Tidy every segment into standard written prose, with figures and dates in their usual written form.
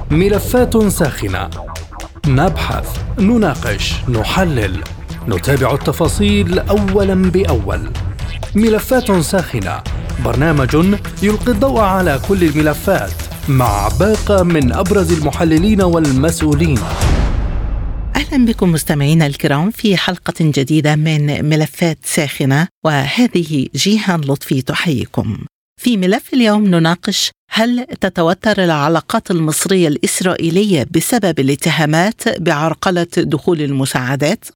ملفات ساخنة، نبحث، نناقش، نحلل، نتابع التفاصيل أولا بأول. ملفات ساخنة، برنامج يلقي الضوء على كل الملفات مع باقة من أبرز المحللين والمسؤولين. أهلا بكم مستمعينا الكرام في حلقة جديدة من ملفات ساخنة، وهذه جيهان لطفي تحييكم. في ملف اليوم نناقش: هل تتوتر العلاقات المصرية الإسرائيلية بسبب الاتهامات بعرقلة دخول المساعدات؟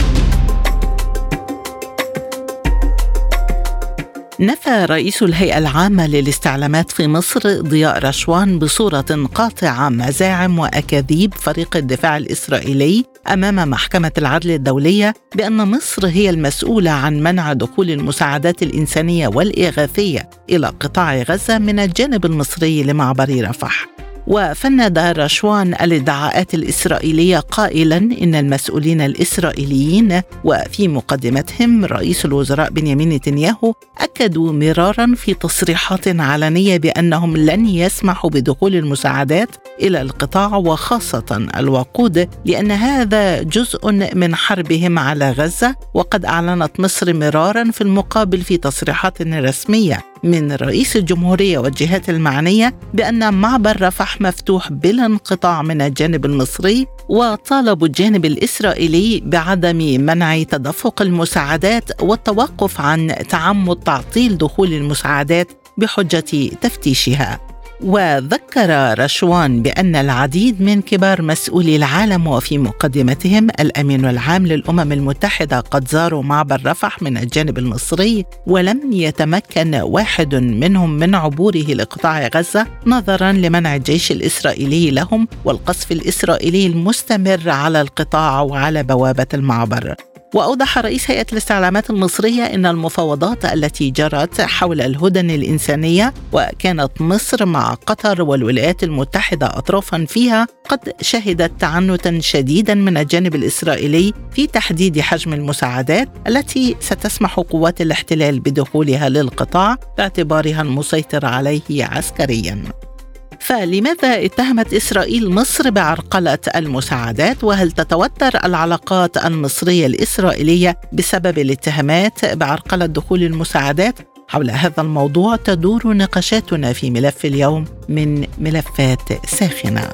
نفى رئيس الهيئة العامة للاستعلامات في مصر ضياء رشوان بصورة قاطعة مزاعم وأكاذيب فريق الدفاع الإسرائيلي أمام محكمة العدل الدولية بأن مصر هي المسؤولة عن منع دخول المساعدات الإنسانية والإغاثية إلى قطاع غزة من الجانب المصري لمعبر رفح. وفند رشوان الادعاءات الإسرائيلية قائلا إن المسؤولين الإسرائيليين وفي مقدمتهم رئيس الوزراء بنيامين نتنياهو أكدوا مرارا في تصريحات علنية بأنهم لن يسمحوا بدخول المساعدات إلى القطاع وخاصة الوقود، لأن هذا جزء من حربهم على غزة. وقد أعلنت مصر مرارا في المقابل في تصريحات رسمية من رئيس الجمهورية والجهات المعنية بأن معبر رفح مفتوح بلا انقطاع من الجانب المصري، وطالبوا الجانب الإسرائيلي بعدم منع تدفق المساعدات والتوقف عن تعمد تعطيل دخول المساعدات بحجة تفتيشها. وذكر رشوان بأن العديد من كبار مسؤولي العالم وفي مقدمتهم الأمين العام للأمم المتحدة قد زاروا معبر رفح من الجانب المصري، ولم يتمكن واحد منهم من عبوره لقطاع غزة نظرا لمنع الجيش الإسرائيلي لهم والقصف الإسرائيلي المستمر على القطاع وعلى بوابة المعبر. وأوضح رئيس هيئة الاستعلامات المصرية أن المفاوضات التي جرت حول الهدن الإنسانية وكانت مصر مع قطر والولايات المتحدة أطرافا فيها قد شهدت تعنتا شديدا من الجانب الإسرائيلي في تحديد حجم المساعدات التي ستسمح قوات الاحتلال بدخولها للقطاع باعتبارها المسيطر عليه عسكريا. فلماذا اتهمت إسرائيل مصر بعرقلة المساعدات؟ وهل تتوتر العلاقات المصرية الإسرائيلية بسبب الاتهامات بعرقلة دخول المساعدات؟ حول هذا الموضوع تدور نقاشاتنا في ملف اليوم من ملفات ساخنة.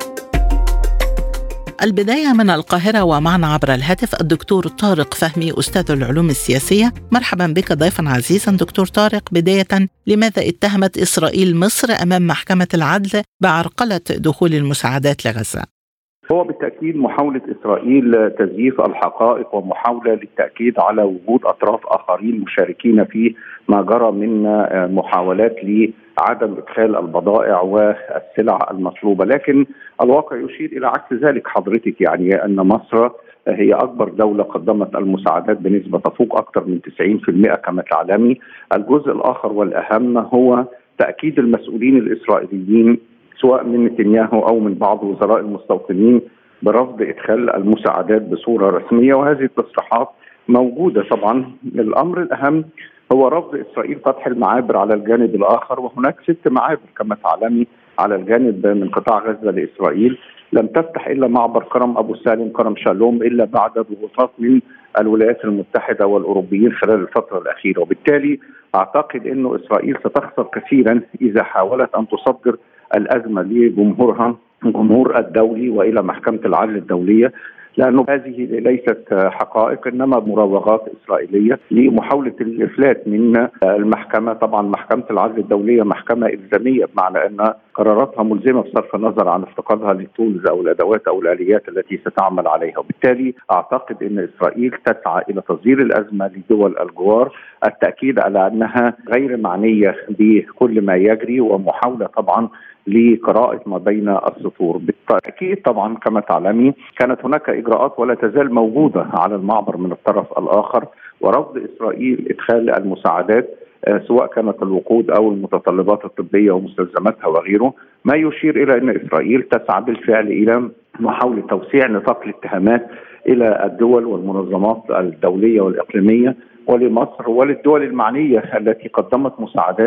البداية من القاهرة، ومعنا عبر الهاتف الدكتور طارق فهمي أستاذ العلوم السياسية. مرحبا بك ضيفا عزيزا دكتور طارق. بداية، لماذا اتهمت إسرائيل مصر أمام محكمة العدل بعرقلة دخول المساعدات لغزة؟ هو بالتأكيد محاولة إسرائيل تزييف الحقائق ومحاولة للتأكيد على وجود أطراف آخرين مشاركين في ما جرى من محاولات لعدم إدخال البضائع والسلع المطلوبة، لكن الواقع يشير إلى عكس ذلك حضرتك. يعني أن مصر هي أكبر دولة قدمت المساعدات بنسبة تفوق أكثر من 90% كما تعلمي. الجزء الآخر والأهم هو تأكيد المسؤولين الإسرائيليين سواء من نتنياهو أو من بعض وزراء المستوطنين برفض إدخال المساعدات بصورة رسمية، وهذه التصريحات موجودة. طبعا الأمر الأهم هو رفض إسرائيل فتح المعابر على الجانب الآخر، وهناك 6 معابر كما تعلمي على الجانب من قطاع غزة لإسرائيل. لم تفتح إلا معبر كرم أبو سالم كرم شالوم إلا بعد ضغوطات من الولايات المتحدة والأوروبيين خلال الفترة الأخيرة، وبالتالي أعتقد أن إسرائيل ستخسر كثيرا إذا حاولت أن تصدر الأزمة لجمهورها الجمهور الدولي وإلى محكمة العدل الدولية، لأنه هذه ليست حقائق إنما مراوغات إسرائيلية لمحاولة الإفلات من المحكمة. طبعا محكمة العدل الدولية محكمة إلزامية بمعنى أن قراراتها ملزمة بصرف النظر عن افتقادها للتولز أو الأدوات أو الآليات التي ستعمل عليها، وبالتالي أعتقد أن إسرائيل تسعى إلى تصدير الأزمة لدول الجوار، التأكيد على أنها غير معنية بكل ما يجري، ومحاولة طبعا لقراءة ما بين السطور. بالتأكيد طبعا كما تعلمي كانت هناك إجراءات ولا تزال موجودة على المعبر من الطرف الآخر، ورفض إسرائيل إدخال المساعدات سواء كانت الوقود أو المتطلبات الطبية ومستلزماتها وغيره، ما يشير إلى أن إسرائيل تسعى بالفعل إلى محاولة توسيع نطاق الاتهامات إلى الدول والمنظمات الدولية والإقليمية ولمصر وللدول المعنية التي قدمت مساعدات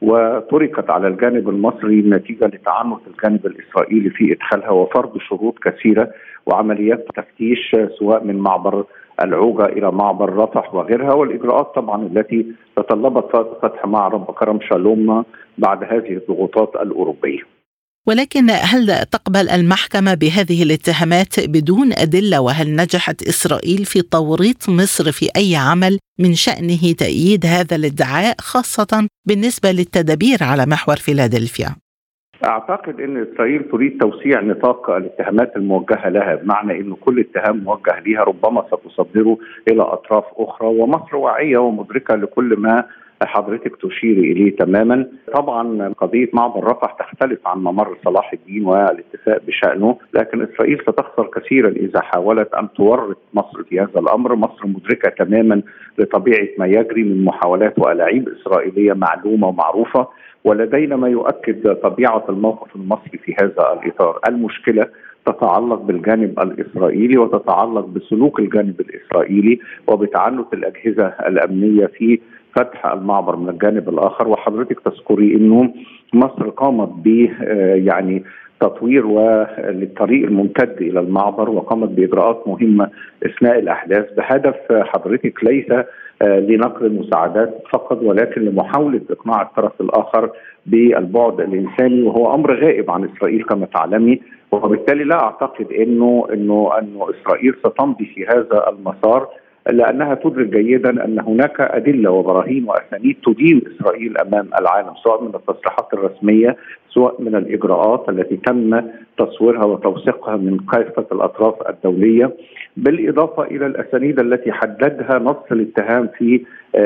وتركت على الجانب المصري نتيجة لتعنت الجانب الإسرائيلي في إدخالها وفرض شروط كثيرة وعمليات تفتيش سواء من معبر العوجة إلى معبر رفح وغيرها، والإجراءات طبعا التي تطلبت فتح معبر كرم شالوم بعد هذه الضغوطات الأوروبية. ولكن هل تقبل المحكمة بهذه الاتهامات بدون أدلة؟ وهل نجحت إسرائيل في توريط مصر في أي عمل من شأنه تأييد هذا الادعاء، خاصة بالنسبة للتدابير على محور فيلادلفيا؟ أعتقد أن إسرائيل تريد توسيع نطاق الاتهامات الموجهة لها، بمعنى أن كل اتهام موجه لها ربما ستصدره إلى أطراف أخرى، ومصر واعية ومدركة لكل ما حضرتك تشير إليه تماما. طبعا قضية معبر رفح تختلف عن ممر صلاح الدين والاتفاق بشأنه، لكن إسرائيل ستخسر كثيرا إذا حاولت أن تورط مصر في هذا الأمر. مصر مدركة تماما لطبيعة ما يجري من محاولات وألاعيب إسرائيلية معلومة ومعروفة، ولدينا ما يؤكد طبيعة الموقف المصري في هذا الإطار. المشكلة تتعلق بالجانب الإسرائيلي وتتعلق بسلوك الجانب الإسرائيلي وبتعنت الأجهزة الأمنية في فتح المعبر من الجانب الآخر. وحضرتك تذكري أنه مصر قامت ب يعني تطوير للطريق الممتد إلى المعبر، وقامت بإجراءات مهمة أثناء الأحداث بهدف حضرتك ليس لنقل المساعدات فقط، ولكن لمحاولة إقناع الطرف الآخر بالبعد الإنساني، وهو أمر غائب عن إسرائيل كما تعلمي. وبالتالي لا أعتقد أنه إسرائيل ستمضي في هذا المسار، لأنها تدرك جيدا أن هناك أدلة وبراهين وأسانيد تدين إسرائيل أمام العالم، سواء من التصريحات الرسمية سواء من الإجراءات التي تم تصويرها وتوثيقها من كافة الأطراف الدولية، بالإضافة إلى الأسانيد التي حددها نص الاتهام في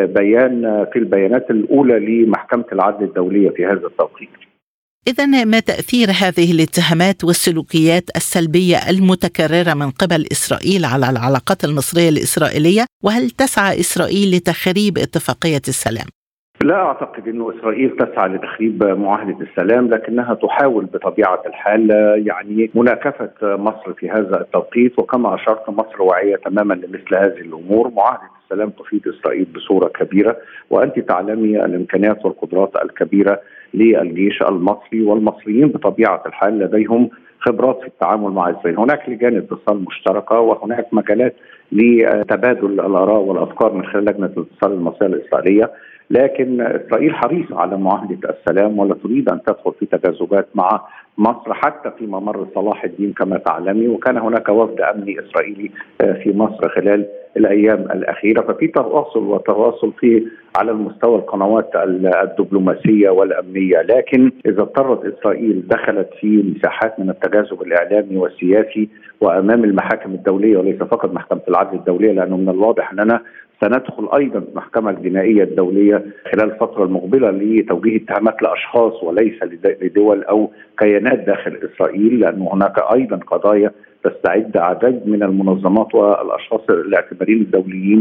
البيانات الأولى لمحكمة العدل الدولية في هذا التوقيت. إذن ما تأثير هذه الاتهامات والسلوكيات السلبية المتكررة من قبل إسرائيل على العلاقات المصرية الإسرائيلية؟ وهل تسعى إسرائيل لتخريب اتفاقية السلام؟ لا أعتقد أن إسرائيل تسعى لتخريب معاهدة السلام، لكنها تحاول بطبيعة الحال يعني مناكفة مصر في هذا التوقيت. وكما أشرت مصر واعية تماما لمثل هذه الأمور. معاهدة السلام تفيد إسرائيل بصورة كبيرة، وأنت تعلمي الإمكانيات والقدرات الكبيرة للجيش المصري، والمصريين بطبيعة الحال لديهم خبرات في التعامل مع إسرائيل. هناك لجان اتصال مشتركة، وهناك مجالات لتبادل الآراء والأفكار من خلال لجنة الاتصال المصرية الإسرائيلية. لكن إسرائيل حريصة على معاهدة السلام ولا تريد أن تدخل في تجاذبات مع مصر حتى في ممر صلاح الدين كما تعلمي. وكان هناك وفد أمني إسرائيلي في مصر خلال الأيام الأخيرة، ففي تواصل على المستوى القنوات الدبلوماسية والأمنية. لكن إذا اضطرت إسرائيل دخلت في مساحات من التجاذب الإعلامي والسياسي وأمام المحاكم الدولية وليس فقط محكمة العدل الدولية، لأنه من الواضح أننا سندخل أيضا المحكمة الجنائية الدولية خلال الفترة المقبلة لتوجيه اتهامات لأشخاص وليس لدول أو كيانات داخل إسرائيل، لأن هناك أيضا قضايا تستعد عدد من المنظمات والأشخاص الاعتباريين الدوليين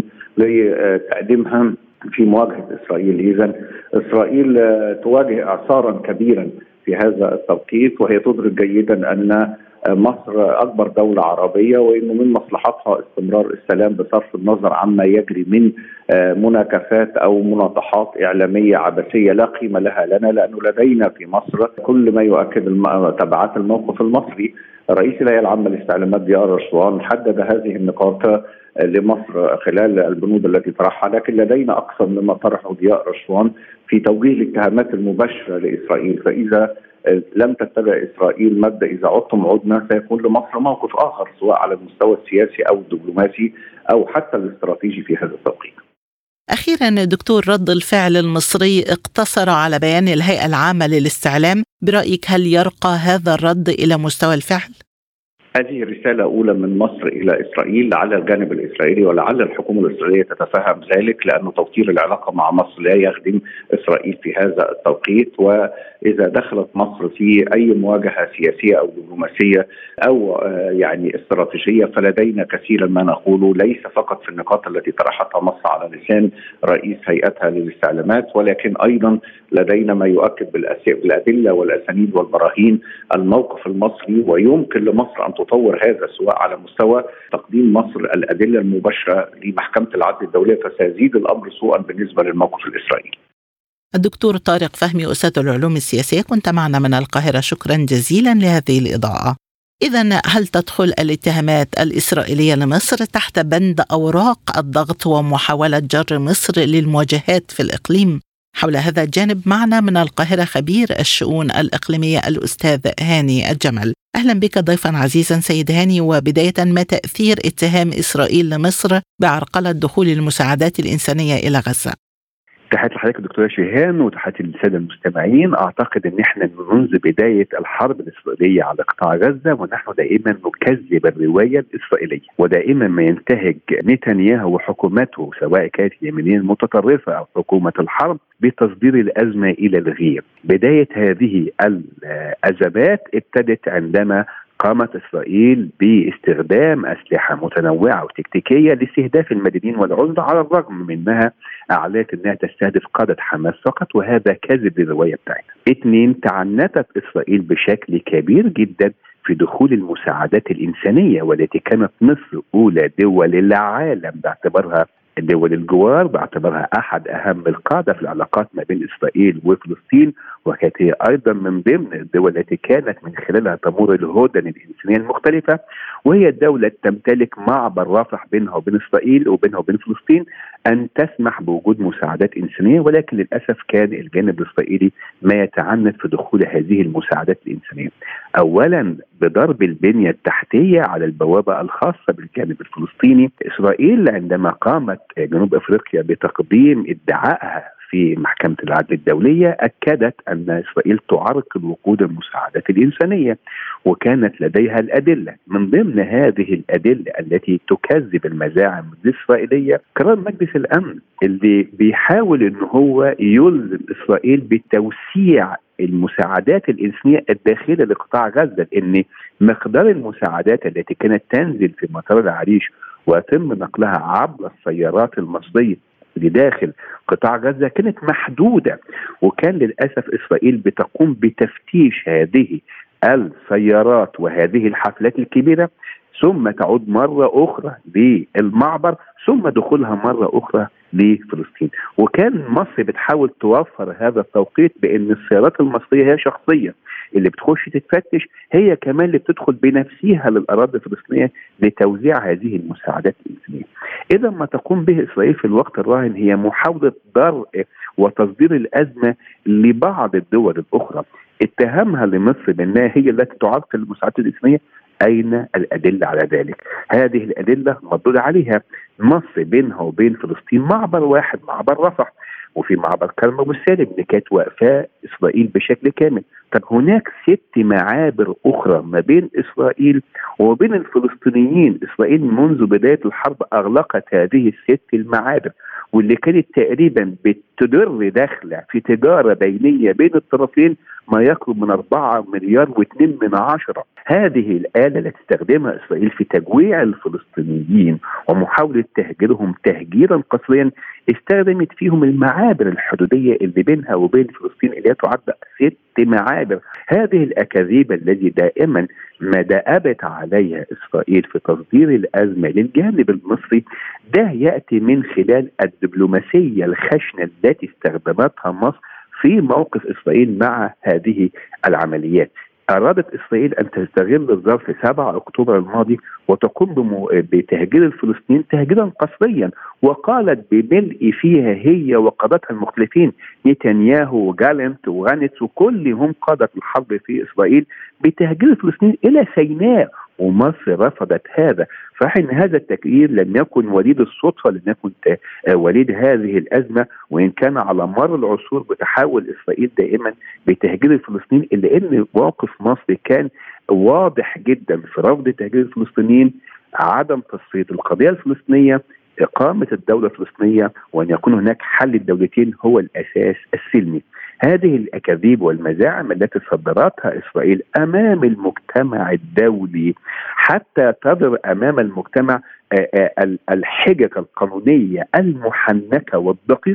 لتقديمها في مواجهة إسرائيل. إذن إسرائيل تواجه إعصارا كبيرا في هذا التوقيت، وهي تدرك جيدا أن مصر أكبر دولة عربية، وإنه من مصلحتها استمرار السلام بصرف النظر عما يجري من مناكفات أو مناطحات إعلامية عبثية لا قيمة لها لنا، لأنه لدينا في مصر كل ما يؤكد تبعات الموقف المصري. رئيس الهيئة العامة للاستعلامات ضياء رشوان حدد هذه النقاط لمصر خلال البنود التي طرحها، لكن لدينا أكثر مما طرحه ضياء رشوان في توجيه الاتهامات المباشرة لإسرائيل. فإذا لم تتبع إسرائيل مبدأ إذا عدتم عدنا، سيكون لمصر موقف آخر سواء على المستوى السياسي أو الدبلوماسي أو حتى الاستراتيجي في هذا التوقيت. أخيرا دكتور، رد الفعل المصري اقتصر على بيان الهيئة العامة للاستعلام، برأيك هل يرقى هذا الرد إلى مستوى الفعل؟ هذه رسالة أولى من مصر إلى إسرائيل، لعل الجانب الإسرائيلي ولعل الحكومة الإسرائيلية تتفهم ذلك، لأنه توتير العلاقة مع مصر لا يخدم إسرائيل في هذا التوقيت. وإذا دخلت مصر في أي مواجهة سياسية أو دبلوماسية أو يعني استراتيجية، فلدينا كثيرا ما نقوله، ليس فقط في النقاط التي طرحتها مصر على لسان رئيس هيئتها للاستعلامات، ولكن أيضا لدينا ما يؤكد بالأدلة والأسانيد والبراهين الموقف المصري. ويمكن لمصر أن تطور هذا سواء على مستوى تقديم مصر الأدلة المباشرة لمحكمة العدل الدولية، فسيزيد الأمر سوءا بالنسبة للموقف الإسرائيلي. الدكتور طارق فهمي، أستاذ العلوم السياسية، كنت معنا من القاهرة. شكرا جزيلا لهذه الإضاءة. إذن هل تدخل الاتهامات الإسرائيلية لمصر تحت بند أوراق الضغط ومحاولة جر مصر للمواجهات في الإقليم؟ حول هذا الجانب معنا من القاهرة خبير الشؤون الإقليمية الأستاذ هاني الجمل. أهلا بك ضيفا عزيزا سيد هاني. وبداية، ما تأثير اتهام إسرائيل لمصر بعرقلة دخول المساعدات الإنسانية إلى غزة؟ تحياتي لحضرتك دكتورة شيهان وتحياتي للسادة المستمعين. أعتقد أن احنا منذ بداية الحرب الإسرائيلية على قطاع غزة ونحن دائما نكذب الرواية الإسرائيلية، ودائما ما ينتهج نتنياهو وحكومته سواء كانت اليمينية المتطرفة أو حكومة الحرب بتصدير الأزمة إلى الغير. بداية هذه الأزمات ابتدت عندما قامت إسرائيل باستخدام أسلحة متنوعة وتكتيكية لاستهداف المدنيين والعزلة، على الرغم من أنها أعلنت أنها تستهدف قادة حماس فقط، وهذا كذب للرواية بتاعتها. 2، تعنتت إسرائيل بشكل كبير جدا في دخول المساعدات الإنسانية، والتي كانت مصر أولى دول العالم باعتبارها دول الجوار، باعتبارها أحد أهم القادة في العلاقات ما بين إسرائيل وفلسطين، وكانت هي أيضا من ضمن الدول التي كانت من خلالها تمر الهدن الإنسانية المختلفة، وهي الدولة تمتلك معبر رافح بينها وبين إسرائيل وبينها وبين فلسطين أن تسمح بوجود مساعدات إنسانية. ولكن للأسف كان الجانب الإسرائيلي ما يتعنت في دخول هذه المساعدات الإنسانية، أولا بضرب البنية التحتية على البوابة الخاصة بالجانب الفلسطيني. إسرائيل عندما قامت جنوب أفريقيا بتقديم ادعائها في محكمة العدل الدولية أكدت أن إسرائيل تعرقل وقود المساعدات الإنسانية، وكانت لديها الأدلة. من ضمن هذه الأدلة التي تكذب المزاعم الإسرائيلية قرار مجلس الأمن اللي بيحاول أن هو يلزم إسرائيل بتوسيع المساعدات الإنسانية الداخلة لقطاع غزة، لأن مقدار المساعدات التي كانت تنزل في مطار العريش ويتم نقلها عبر السيارات المصرية لداخل قطاع غزة كانت محدودة، وكان للأسف إسرائيل بتقوم بتفتيش هذه السيارات وهذه الحافلات الكبيرة، ثم تعود مرة أخرى للمعبر، ثم دخولها مرة أخرى لفلسطين. وكان مصر بتحاول توفر هذا التوقيت بأن السيارات المصرية هي شخصية اللي بتخش تتفتش، هي كمان اللي بتدخل بنفسها للأراضي الفلسطينية لتوزيع هذه المساعدات الإنسانية. إذا ما تقوم به إسرائيل في الوقت الراهن هي محاولة درء وتصدير الأزمة لبعض الدول الأخرى، اتهامها لمصر بأنها هي التي تعرقل المساعدات الإنسانية. أين الأدلة على ذلك؟ هذه الأدلة مردود عليها. مصر بينها وبين فلسطين معبر واحد، معبر رفح، وفي معبر كرم أبو سالم اللي كانت واقفة إسرائيل بشكل كامل. طب هناك 6 معابر أخرى ما بين إسرائيل وبين الفلسطينيين. إسرائيل منذ بداية الحرب أغلقت هذه ال6 المعابر، واللي كانت تقريبا بتدر داخلة في تجارة بينية بين الطرفين ما يقرب من 4 مليار و2 من عشرة. هذه الآلة التي تستخدمها إسرائيل في تجويع الفلسطينيين ومحاولة تهجيرهم تهجيرا قسريا استخدمت فيهم المعابر الحدودية اللي بينها وبين فلسطين اللي تعد 6 معابر. هذه الأكاذيب التي دائما ما دأبت عليها إسرائيل في تصدير الأزمة للجانب المصري، ده يأتي من خلال الدبلوماسية الخشنة التي استخدمتها مصر في موقف إسرائيل مع هذه العمليات. أرادت إسرائيل أن تستغل الظرف 7 أكتوبر الماضي وتقوم بتهجير الفلسطينيين تهجيرا قسريا، وقالت بملء فيها هي وقادتها المختلفين نتنياهو وجالنت وغانتس وكلهم قادة الحرب في إسرائيل بتهجير الفلسطينيين إلى سيناء، ومصر رفضت هذا. فإن هذا التكرير لم يكن وليد الصدفة، لم يكن وليد هذه الأزمة، وإن كان على مر العصور بتحاول إسرائيل دائما بتهجير الفلسطينيين، إلا أن موقف مصر كان واضح جدا في رفض تهجير الفلسطينيين، عدم تصفية القضية الفلسطينية، إقامة الدولة الفلسطينية، وأن يكون هناك حل الدولتين هو الأساس السلمي. هذه الأكاذيب والمزاعم التي صدرتها إسرائيل أمام المجتمع الدولي حتى تظهر أمام المجتمع الحجج القانونية المحنكة والدقيقة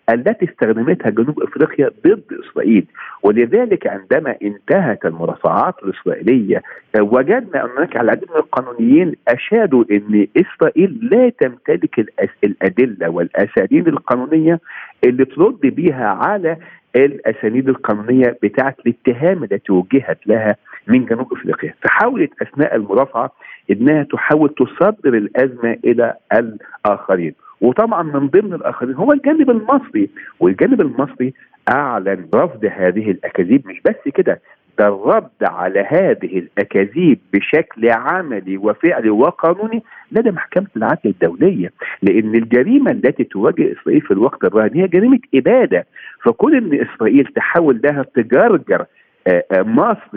التي استخدمتها جنوب افريقيا ضد اسرائيل. ولذلك عندما انتهت المرافعات الاسرائيليه وجدنا ان هناك العديد من القانونيين اشادوا ان اسرائيل لا تمتلك الادله والاساليب القانونيه اللي ترد بيها على الاسانيد القانونيه بتاعه الاتهام التي وجهت لها من جنوب افريقيا. فحاولت اثناء المرافعه انها تحاول تصدر الازمه الى الاخرين، وطبعا من ضمن الاخرين هو الجانب المصري، والجانب المصري اعلن رفض هذه الاكاذيب. مش بس كده، ده الرد على هذه الاكاذيب بشكل عملي وفعلي وقانوني لدى محكمه العدل الدوليه، لان الجريمه التي تواجه اسرائيل في الوقت الراهن هي جريمه اباده. فكون ان اسرائيل تحاول لها تجرجر مصر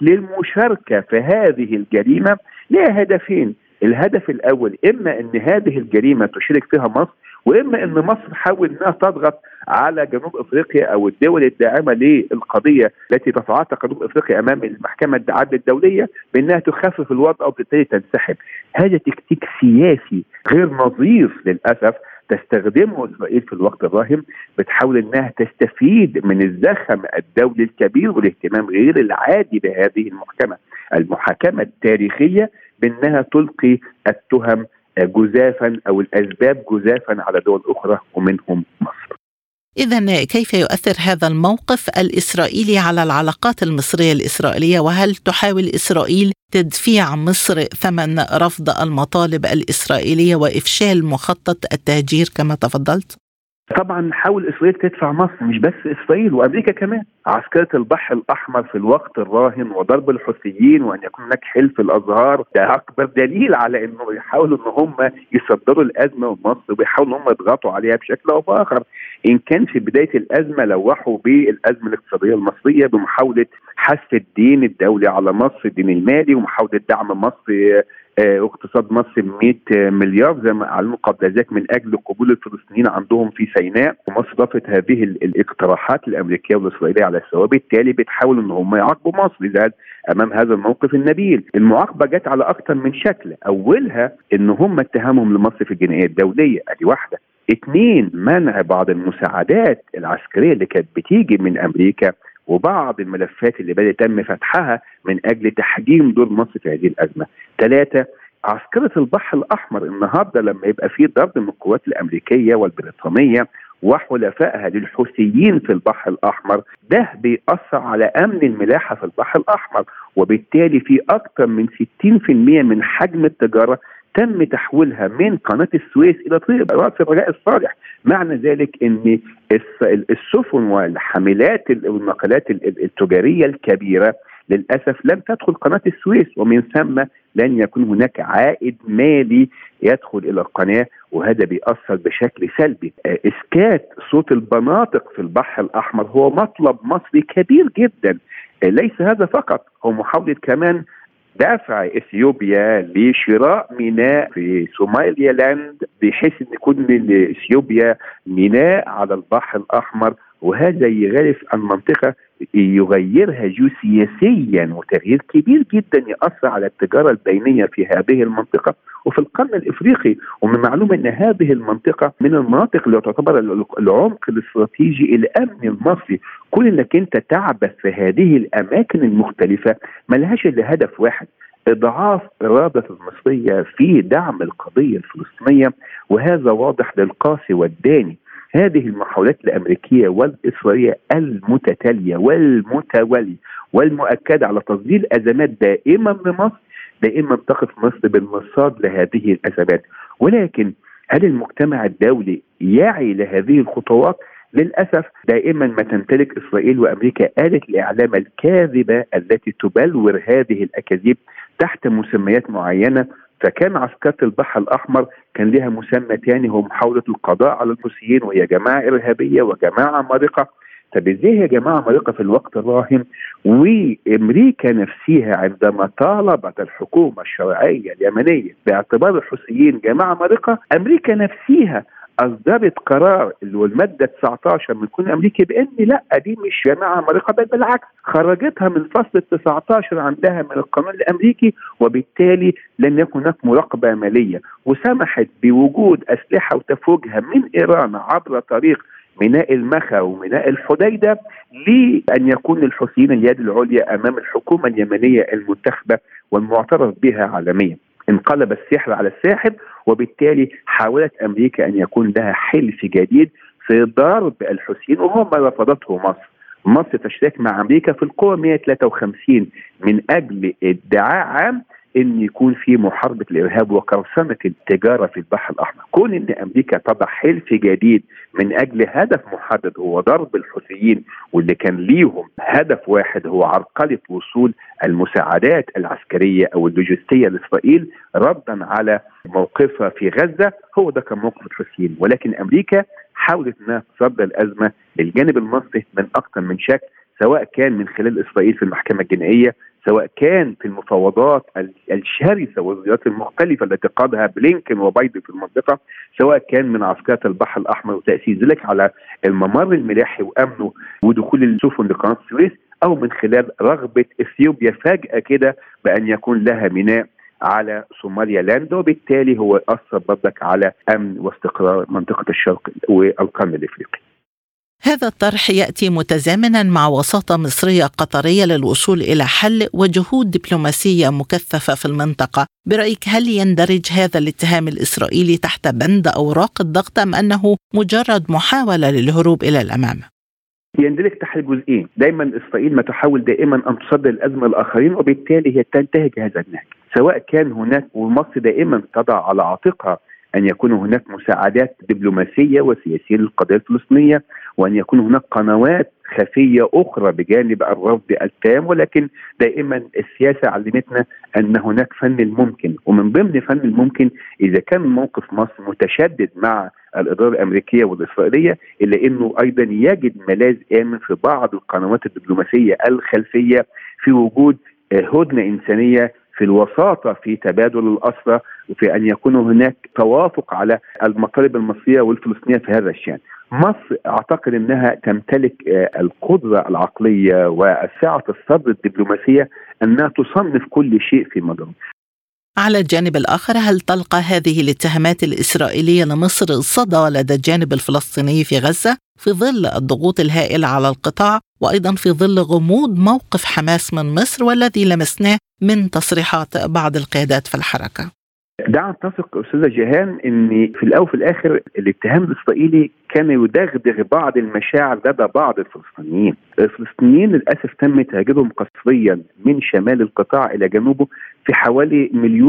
للمشاركه في هذه الجريمه لها هدفين. الهدف الاول اما ان هذه الجريمه تشارك فيها مصر، واما ان مصر حاول انها تضغط على جنوب افريقيا او الدول الداعمه للقضيه التي تتعاطى جنوب افريقيا امام المحكمه العدل الدوليه بانها تخفف الوضع وبالتالي تنسحب. هذا تكتيك سياسي غير نظيف للاسف تستخدمه اسرائيل في الوقت الراهن، بتحاول انها تستفيد من الزخم الدولي الكبير والاهتمام غير العادي بهذه المحاكمه التاريخيه بانها تلقي التهم جزافا او الاسباب جزافا على دول اخرى ومنهم مصر. إذن كيف يؤثر هذا الموقف الإسرائيلي على العلاقات المصرية الإسرائيلية؟ وهل تحاول إسرائيل تدفيع مصر ثمن رفض المطالب الإسرائيلية وإفشال مخطط التهجير كما تفضلت؟ طبعا حاول اسرائيل تدفع مصر، مش بس اسرائيل وامريكا كمان. عسكرة البحر الاحمر في الوقت الراهن وضرب الحوثيين وان يكون هناك حلف الازهار ده اكبر دليل على انه يحاولوا ان هم يصدروا الازمه لمصر وبيحاولوا ان هم يضغطوا عليها بشكل او باخر. ان كان في بدايه الازمه لوحوا بالازمه الاقتصاديه المصريه بمحاوله حث الدين الدولي على مصر، الدين المالي، ومحاوله دعم مصر اقتصاد مصر 100 مليار زي ما اعلنوا قبل ذلك من اجل قبول الفلسطينيين عندهم في سيناء. ومصر ضافت هذه الاقتراحات الامريكيه والاسرائيليه على السواء، بالتالي بتحاول ان هم يعاقبوا مصر امام هذا الموقف النبيل. المعاقبه جت على اكثر من شكل، اولها ان هم اتهامهم لمصر في الجنائيه الدوليه، ادي واحده. 2 منع بعض المساعدات العسكريه اللي كانت بتيجي من امريكا وبعض الملفات اللي بدأ تم فتحها من أجل تحجيم دور مصر في هذه الأزمة. 3 عسكرة البحر الأحمر النهاردة لما يبقى فيه ضرب من القوات الأمريكية والبريطانية وحلفائها للحوثيين في البحر الأحمر، ده بيأثر على أمن الملاحة في البحر الأحمر، وبالتالي في أكثر من 60% من حجم التجارة تم تحويلها من قناة السويس إلى طريق رأس الرجاء الصالح. معنى ذلك أن السفن والحاملات والناقلات التجارية الكبيرة للأسف لم تدخل قناة السويس، ومن ثم لن يكون هناك عائد مالي يدخل إلى القناة، وهذا بيأثر بشكل سلبي. إسكات صوت البناطق في البحر الأحمر هو مطلب مصري كبير جدا. ليس هذا فقط، هو محاولة كمان دافع اثيوبيا لشراء ميناء في صوماليا لاند بحيث ان يكون لاثيوبيا ميناء على البحر الاحمر، وهذا يغرف المنطقه يغيرها جيوسياسيا، وتغيير كبير جدا يأثر على التجاره البينيه في هذه المنطقه وفي القرن الافريقي. ومن معلوم ان هذه المنطقه من المناطق اللي تعتبر العمق الاستراتيجي الامن المصري. كل انك انت تعبث في هذه الاماكن المختلفه ملهاش الا هدف واحد: اضعاف اراده المصريه في دعم القضيه الفلسطينيه، وهذا واضح للقاسي والداني. هذه المحاولات الامريكيه والاسرائيليه المتتاليه والمتواليه والمؤكده على تصدير ازمات دائما لمصر، دائما تقف مصر بالمرصاد لهذه الازمات. ولكن هل المجتمع الدولي يعي لهذه الخطوات؟ للأسف دائما ما تمتلك إسرائيل وأمريكا آلة الإعلام الكاذبة التي تبلور هذه الأكاذيب تحت مسميات معينة. فكان عسكرة البحر الأحمر كان لها مسمى ثاني هو محاولة القضاء على الحوثيين، وهي جماعة إرهابية وجماعة مارقة. طب ازاي هي جماعة مارقة في الوقت الراهن؟ وأمريكا نفسها عندما طالبت الحكومة الشرعية اليمنية باعتبار الحوثيين جماعة مارقة، أمريكا نفسها أصدرت قرار اللي هو المادة 19 من القانون الأمريكي بأن لا، دي مش جماعة مارقة، بل بالعكس خرجتها من فصل 19 عندها من القانون الأمريكي، وبالتالي لن يكون هناك مراقبة مالية، وسمحت بوجود أسلحة وتفويجها من إيران عبر طريق ميناء المخا وميناء الحديدة لأن يكون الحوثيين اليد العليا أمام الحكومة اليمنية المنتخبة والمعترف بها عالميا. انقلب السحر على الساحر، وبالتالي حاولت أمريكا أن يكون لها حلف جديد في ضرب الحوثيين، وهم رفضته مصر تشترك مع أمريكا في القوة 153 من أجل ادعاء عام ان يكون في محاربه الارهاب وقرصنه التجاره في البحر الاحمر. كون ان امريكا تضع حلف جديد من اجل هدف محدد هو ضرب الحوثيين، واللي كان ليهم هدف واحد هو عرقله وصول المساعدات العسكريه او اللوجستيه لاسرائيل ردا على موقفها في غزه، هو ده كان موقف الحوثيين. ولكن امريكا حاولت انها تصدر الازمه للجانب المصري من اكثر من شكل، سواء كان من خلال اسرائيل في المحكمه الجنائيه، سواء كان في المفاوضات الشرسه والزيارات المختلفه التي قادها بلينكن وبايدن في المنطقه، سواء كان من عسكرة البحر الاحمر وتاسيس ذلك على الممر الملاحي وامنه ودخول السفن لقناه السويس، او من خلال رغبه اثيوبيا فجاه كده بان يكون لها ميناء على صوماليا لاند، وبالتالي هو اثر برضك على امن واستقرار منطقه الشرق والقرن الافريقي. هذا الطرح يأتي متزامنا مع وساطة مصرية قطرية للوصول إلى حل وجهود دبلوماسية مكثفة في المنطقة. برأيك هل يندرج هذا الاتهام الإسرائيلي تحت بند أوراق الضغط أم أنه مجرد محاولة للهروب إلى الأمام؟ يندرج تحت جزئين. دائما إسرائيل ما تحاول دائما أن تصدر الأزمة للآخرين، وبالتالي هي تنتهج هذا النهج، سواء كان هناك، ومصر دائما تضع على عاتقها أن يكون هناك مساعدات دبلوماسية وسياسية للقضية الفلسطينية، وأن يكون هناك قنوات خفية أخرى بجانب الرفض التام. ولكن دائما السياسة علمتنا أن هناك فن الممكن، ومن ضمن فن الممكن إذا كان موقف مصر متشدد مع الإدارة الأمريكية والإسرائيلية، إلا أنه أيضا يجد ملاذ آمن في بعض القنوات الدبلوماسية الخلفية في وجود هدنة إنسانية، في الوساطة في تبادل الأسرى، وفي أن يكون هناك توافق على المطالب المصرية والفلسطينية في هذا الشأن. مصر أعتقد أنها تمتلك القدرة العقلية وسعة الصدر الدبلوماسية أنها تصنف كل شيء في مداره. على الجانب الآخر، هل تلقى هذه الاتهامات الإسرائيلية لمصر صدى لدى الجانب الفلسطيني في غزة في ظل الضغوط الهائلة على القطاع، وأيضا في ظل غموض موقف حماس من مصر والذي لمسناه من تصريحات بعض القيادات في الحركة؟ دعنا نتفق أستاذة جيهان أن في الأول وفي الآخر الاتهام الإسرائيلي كان يدغدغ بعض المشاعر لدى بعض الفلسطينيين. الفلسطينيين للأسف تم تهجيرهم قسريا من شمال القطاع إلى جنوبه في حوالي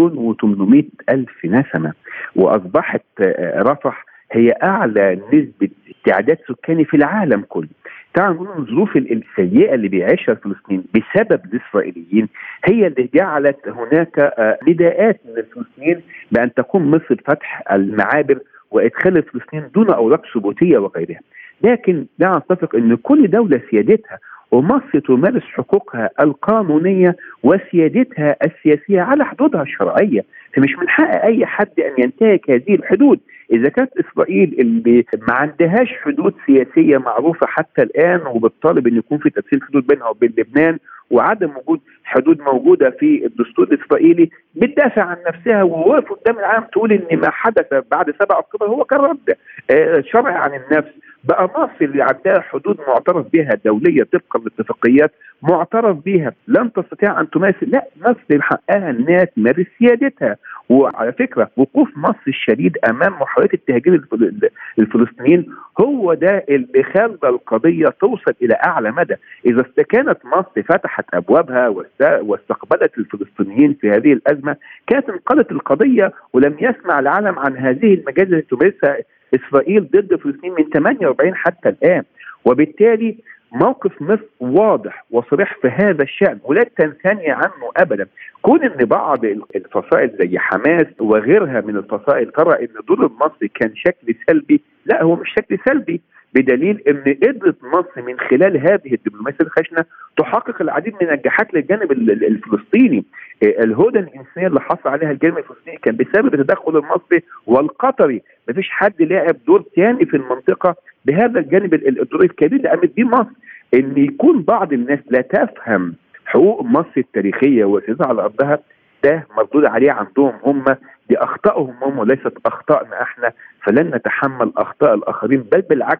1,800,000 نسمة، وأصبحت رفح هي أعلى نسبة تعداد سكاني في العالم كله. تعالوا نقول الظروف السيئة اللي بيعيشها الفلسطينيين بسبب الإسرائيليين هي اللي جعلت هناك نداءات من الفلسطينيين بأن تقوم مصر بفتح المعابر وإدخال الفلسطينيين دون أوراق ثبوتية وغيرها. لكن دعنا نتفق أن كل دولة سيادتها، ومصر تمارس حقوقها القانونية وسيادتها السياسية على حدودها الشرعية، فمش من حق أي حد أن ينتهك هذه الحدود. إذا كانت إسرائيل اللي ما عندهاش حدود سياسية معروفة حتى الآن وبالطالب أن يكون في تسليم حدود بينها وبين لبنان، وعدم وجود حدود موجودة في الدستور الإسرائيلي، بتدافع عن نفسها ووقف قدام العالم تقول أن ما حدث بعد 7 أكتوبر هو كان رد شرعي عن النفس. بقى مصر اللي عندها حدود معترف بها دولية طبقا للاتفاقيات معترف بها لن تستطيع أن تماثل، لا، مصر حقها أنها تمارس سيادتها. وعلى فكرة وقوف مصر الشديد أمام محاولات التهجير الفلسطينيين هو ده اللي خلى القضية توصل إلى أعلى مدى. إذا كانت مصر فتحت أبوابها واستقبلت الفلسطينيين في هذه الأزمة، كانت انقلت القضية ولم يسمع العالم عن هذه المجازر التي تمارسها إسرائيل ضد فلسطين من 48 حتى الآن. وبالتالي موقف مصر واضح وصريح في هذا الشأن ولا تنثني عنه أبدا. كون أن بعض الفصائل زي حماس وغيرها من الفصائل ترى أن دور المصري كان شكل سلبي، لا، هو مش شكل سلبي، بدليل أن قدرت مصر من خلال هذه الدبلوماسية الخشنة تحقق العديد من النجاحات للجانب الفلسطيني. الهدى الإنسانية اللي حصل عليها الجانب الفلسطيني كان بسبب التدخل المصري والقطري. مفيش حد لاعب دور ثاني في المنطقة بهذا الجانب الدور الكبير اللي قامت بيه مصر. ان يكون بعض الناس لا تفهم حقوق مصر التاريخية وسيادتها على ارضها، ده مردود عليه عندهم هم، دي اخطائهم هم وليست اخطائنا احنا، فلن نتحمل اخطاء الاخرين، بل بالعكس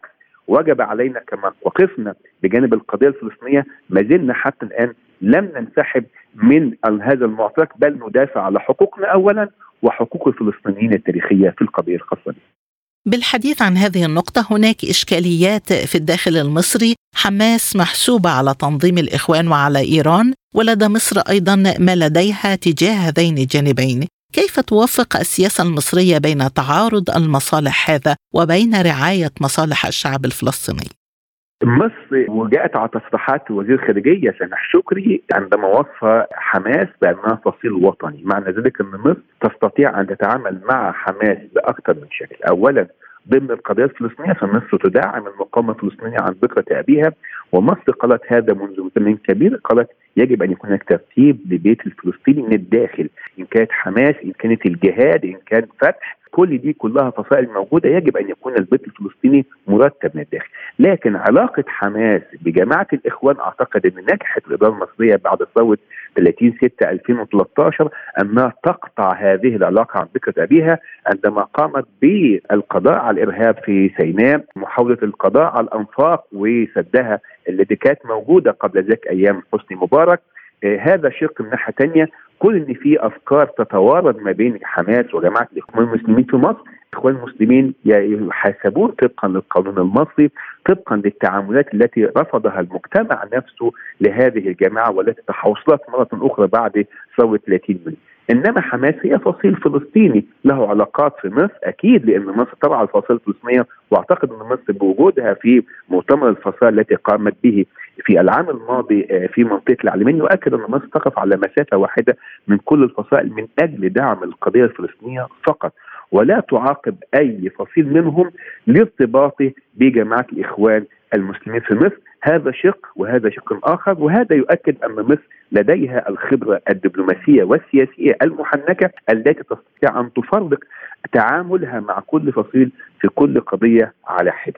وجب علينا كما وقفنا بجانب القضية الفلسطينية ما زلنا حتى الآن لم ننسحب من هذا المعترك، بل ندافع على حقوقنا أولا وحقوق الفلسطينيين التاريخية في القضية الخاصة بهم. بالحديث عن هذه النقطة، هناك إشكاليات في الداخل المصري. حماس محسوبة على تنظيم الإخوان وعلى إيران، ولدى مصر أيضا ما لديها تجاه هذين الجانبين. كيف توفق السياسة المصرية بين تعارض المصالح هذا وبين رعاية مصالح الشعب الفلسطيني؟ مصر وجاءت على تصريحات وزير الخارجية سامح شكري عندما وصف حماس بأنها فصيل وطني. معنى ذلك أن مصر تستطيع أن تتعامل مع حماس بأكثر من شكل. أولا ضمن القضية الفلسطينية فمصر تدعم المقاومة الفلسطينية عن ذكرى أبيها، ومصر قالت هذا منذ زمن كبير، قالت يجب أن يكون هناك ترتيب لبيت الفلسطيني من الداخل، إن كانت حماس، إن كانت الجهاد، إن كان فتح، كل دي كلها فصائل موجودة، يجب أن يكون البيت الفلسطيني مرتب من الداخل. لكن علاقة حماس بجماعة الإخوان أعتقد أن نجحت الإدارة المصرية بعد ثورة 30/6/2013 أنها تقطع هذه العلاقة عن ذكرى أبيها عندما قامت بالقضاء على الإرهاب في سيناء، محاولة القضاء على الأنفاق وسدها التي كانت موجودة قبل ذلك أيام حسني مبارك. هذا شق. من ناحية تانية كل ان في افكار تتوارد ما بين حماس وجماعه الاخوان المسلمين في مصر. الاخوان المسلمين يحاسبون طبقا للقانون المصري، طبقا للتعاملات التي رفضها المجتمع نفسه لهذه الجماعه والتي تحوصلت مره اخرى بعد ثوره 30 يونيو. انما حماس هي فصيل فلسطيني له علاقات في مصر اكيد، لان مصر تبع الفصيله الفلسطينيه، واعتقد ان مصر بوجودها في مؤتمر الفصائل التي قامت به في العام الماضي في منطقه العلمين يؤكد ان مصر تقف على مسافه واحده من كل الفصائل من اجل دعم القضيه الفلسطينيه فقط، ولا تعاقب اي فصيل منهم لارتباطه بجماعه الاخوان المسلمين في مصر. هذا شق وهذا شق اخر، وهذا يؤكد ان مصر لديها الخبره الدبلوماسيه والسياسيه المحنكه التي تستطيع ان تفرق تعاملها مع كل فصيل في كل قضيه على حده.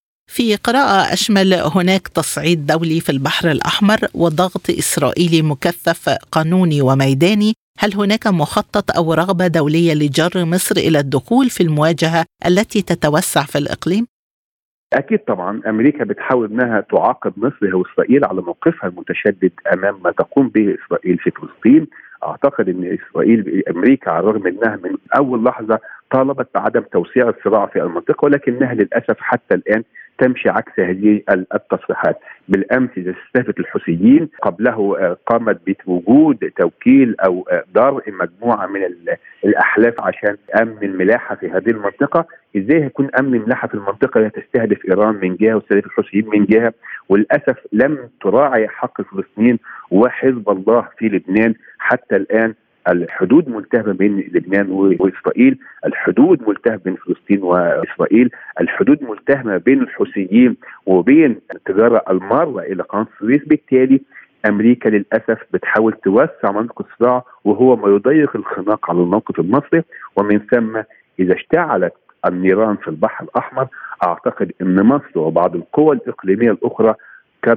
في قراءة أشمل هناك تصعيد دولي في البحر الأحمر وضغط إسرائيلي مكثف قانوني وميداني. هل هناك مخطط أو رغبة دولية لجر مصر إلى الدخول في المواجهة التي تتوسع في الإقليم؟ أكيد طبعا أمريكا بتحاول أنها تعاقب مصر وإسرائيل على موقفها المتشدد أمام ما تقوم به إسرائيل في فلسطين. أعتقد أن أمريكا على الرغم أنها من أول لحظة طالبت بعدم توسيع الصراع في المنطقة، ولكنها للأسف حتى الآن تمشي عكس هذه التصريحات. بالأمس إذا استهدفت الحوثيين، قبله قامت بوجود توكيل أو دار مجموعة من الأحلاف عشان أمن الملاحة في هذه المنطقة. إزاي هيكون أمن الملاحة في المنطقة تستهدف إيران من جهة وتستهدف الحوثيين من جهة؟ وللأسف لم تراعي حق الفلسطينيين وحزب الله في لبنان. حتى الآن الحدود ملتهبة بين لبنان وإسرائيل، الحدود ملتهبة بين فلسطين وإسرائيل، الحدود ملتهبة بين الحوثيين وبين التجارة المارة إلى قناة السويس. بالتالي أمريكا للأسف بتحاول توسع منطقة الصراع، وهو ما يضيق الخناق على الموقف المصري. ومن ثم إذا اشتعلت النيران في البحر الأحمر، أعتقد أن مصر وبعض القوى الإقليمية الأخرى قد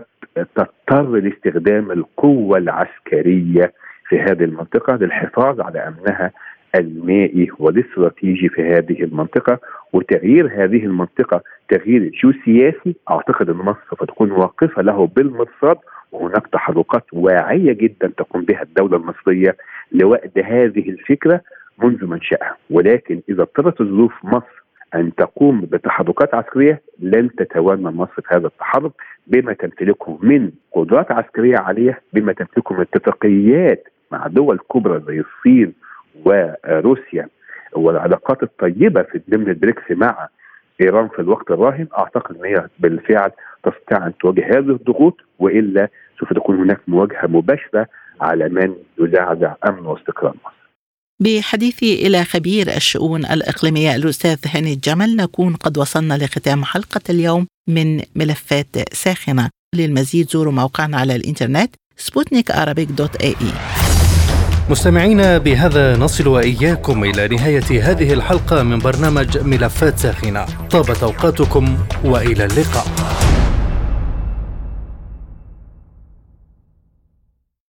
تضطر لاستخدام القوة العسكرية في هذه المنطقة للحفاظ على أمنها المائي والاستراتيجي في هذه المنطقة، وتغيير هذه المنطقة تغيير جيوسياسي. أعتقد أن مصر سوف تكون واقفة له بالمرصاد، وهناك تحركات واعية جدا تقوم بها الدولة المصرية لوأد هذه الفكرة منذ منشأها. ولكن إذا اضطرت ظروف مصر أن تقوم بتحركات عسكرية لن تتوانى مصر في هذا التحرك بما تمتلكه من قدرات عسكرية عالية، بما تمتلكه من اتفاقيات مع دول كبرى زي الصين وروسيا، والعلاقات الطيبة في ضمن البريكس مع إيران في الوقت الراهن. أعتقد أن هي بالفعل تستطيع أن تواجه هذه الضغوط، وإلا سوف تكون هناك مواجهة مباشرة على من يزعزع أمن واستقرار مصر. بحديثي إلى خبير الشؤون الإقليمية الأستاذ هاني الجمل، نكون قد وصلنا لختام حلقة اليوم من ملفات ساخنة. للمزيد زوروا موقعنا على الإنترنت sputnikarabic.ae. مستمعينا، بهذا نصل وإياكم إلى نهاية هذه الحلقة من برنامج ملفات ساخنة. طابت أوقاتكم وإلى اللقاء.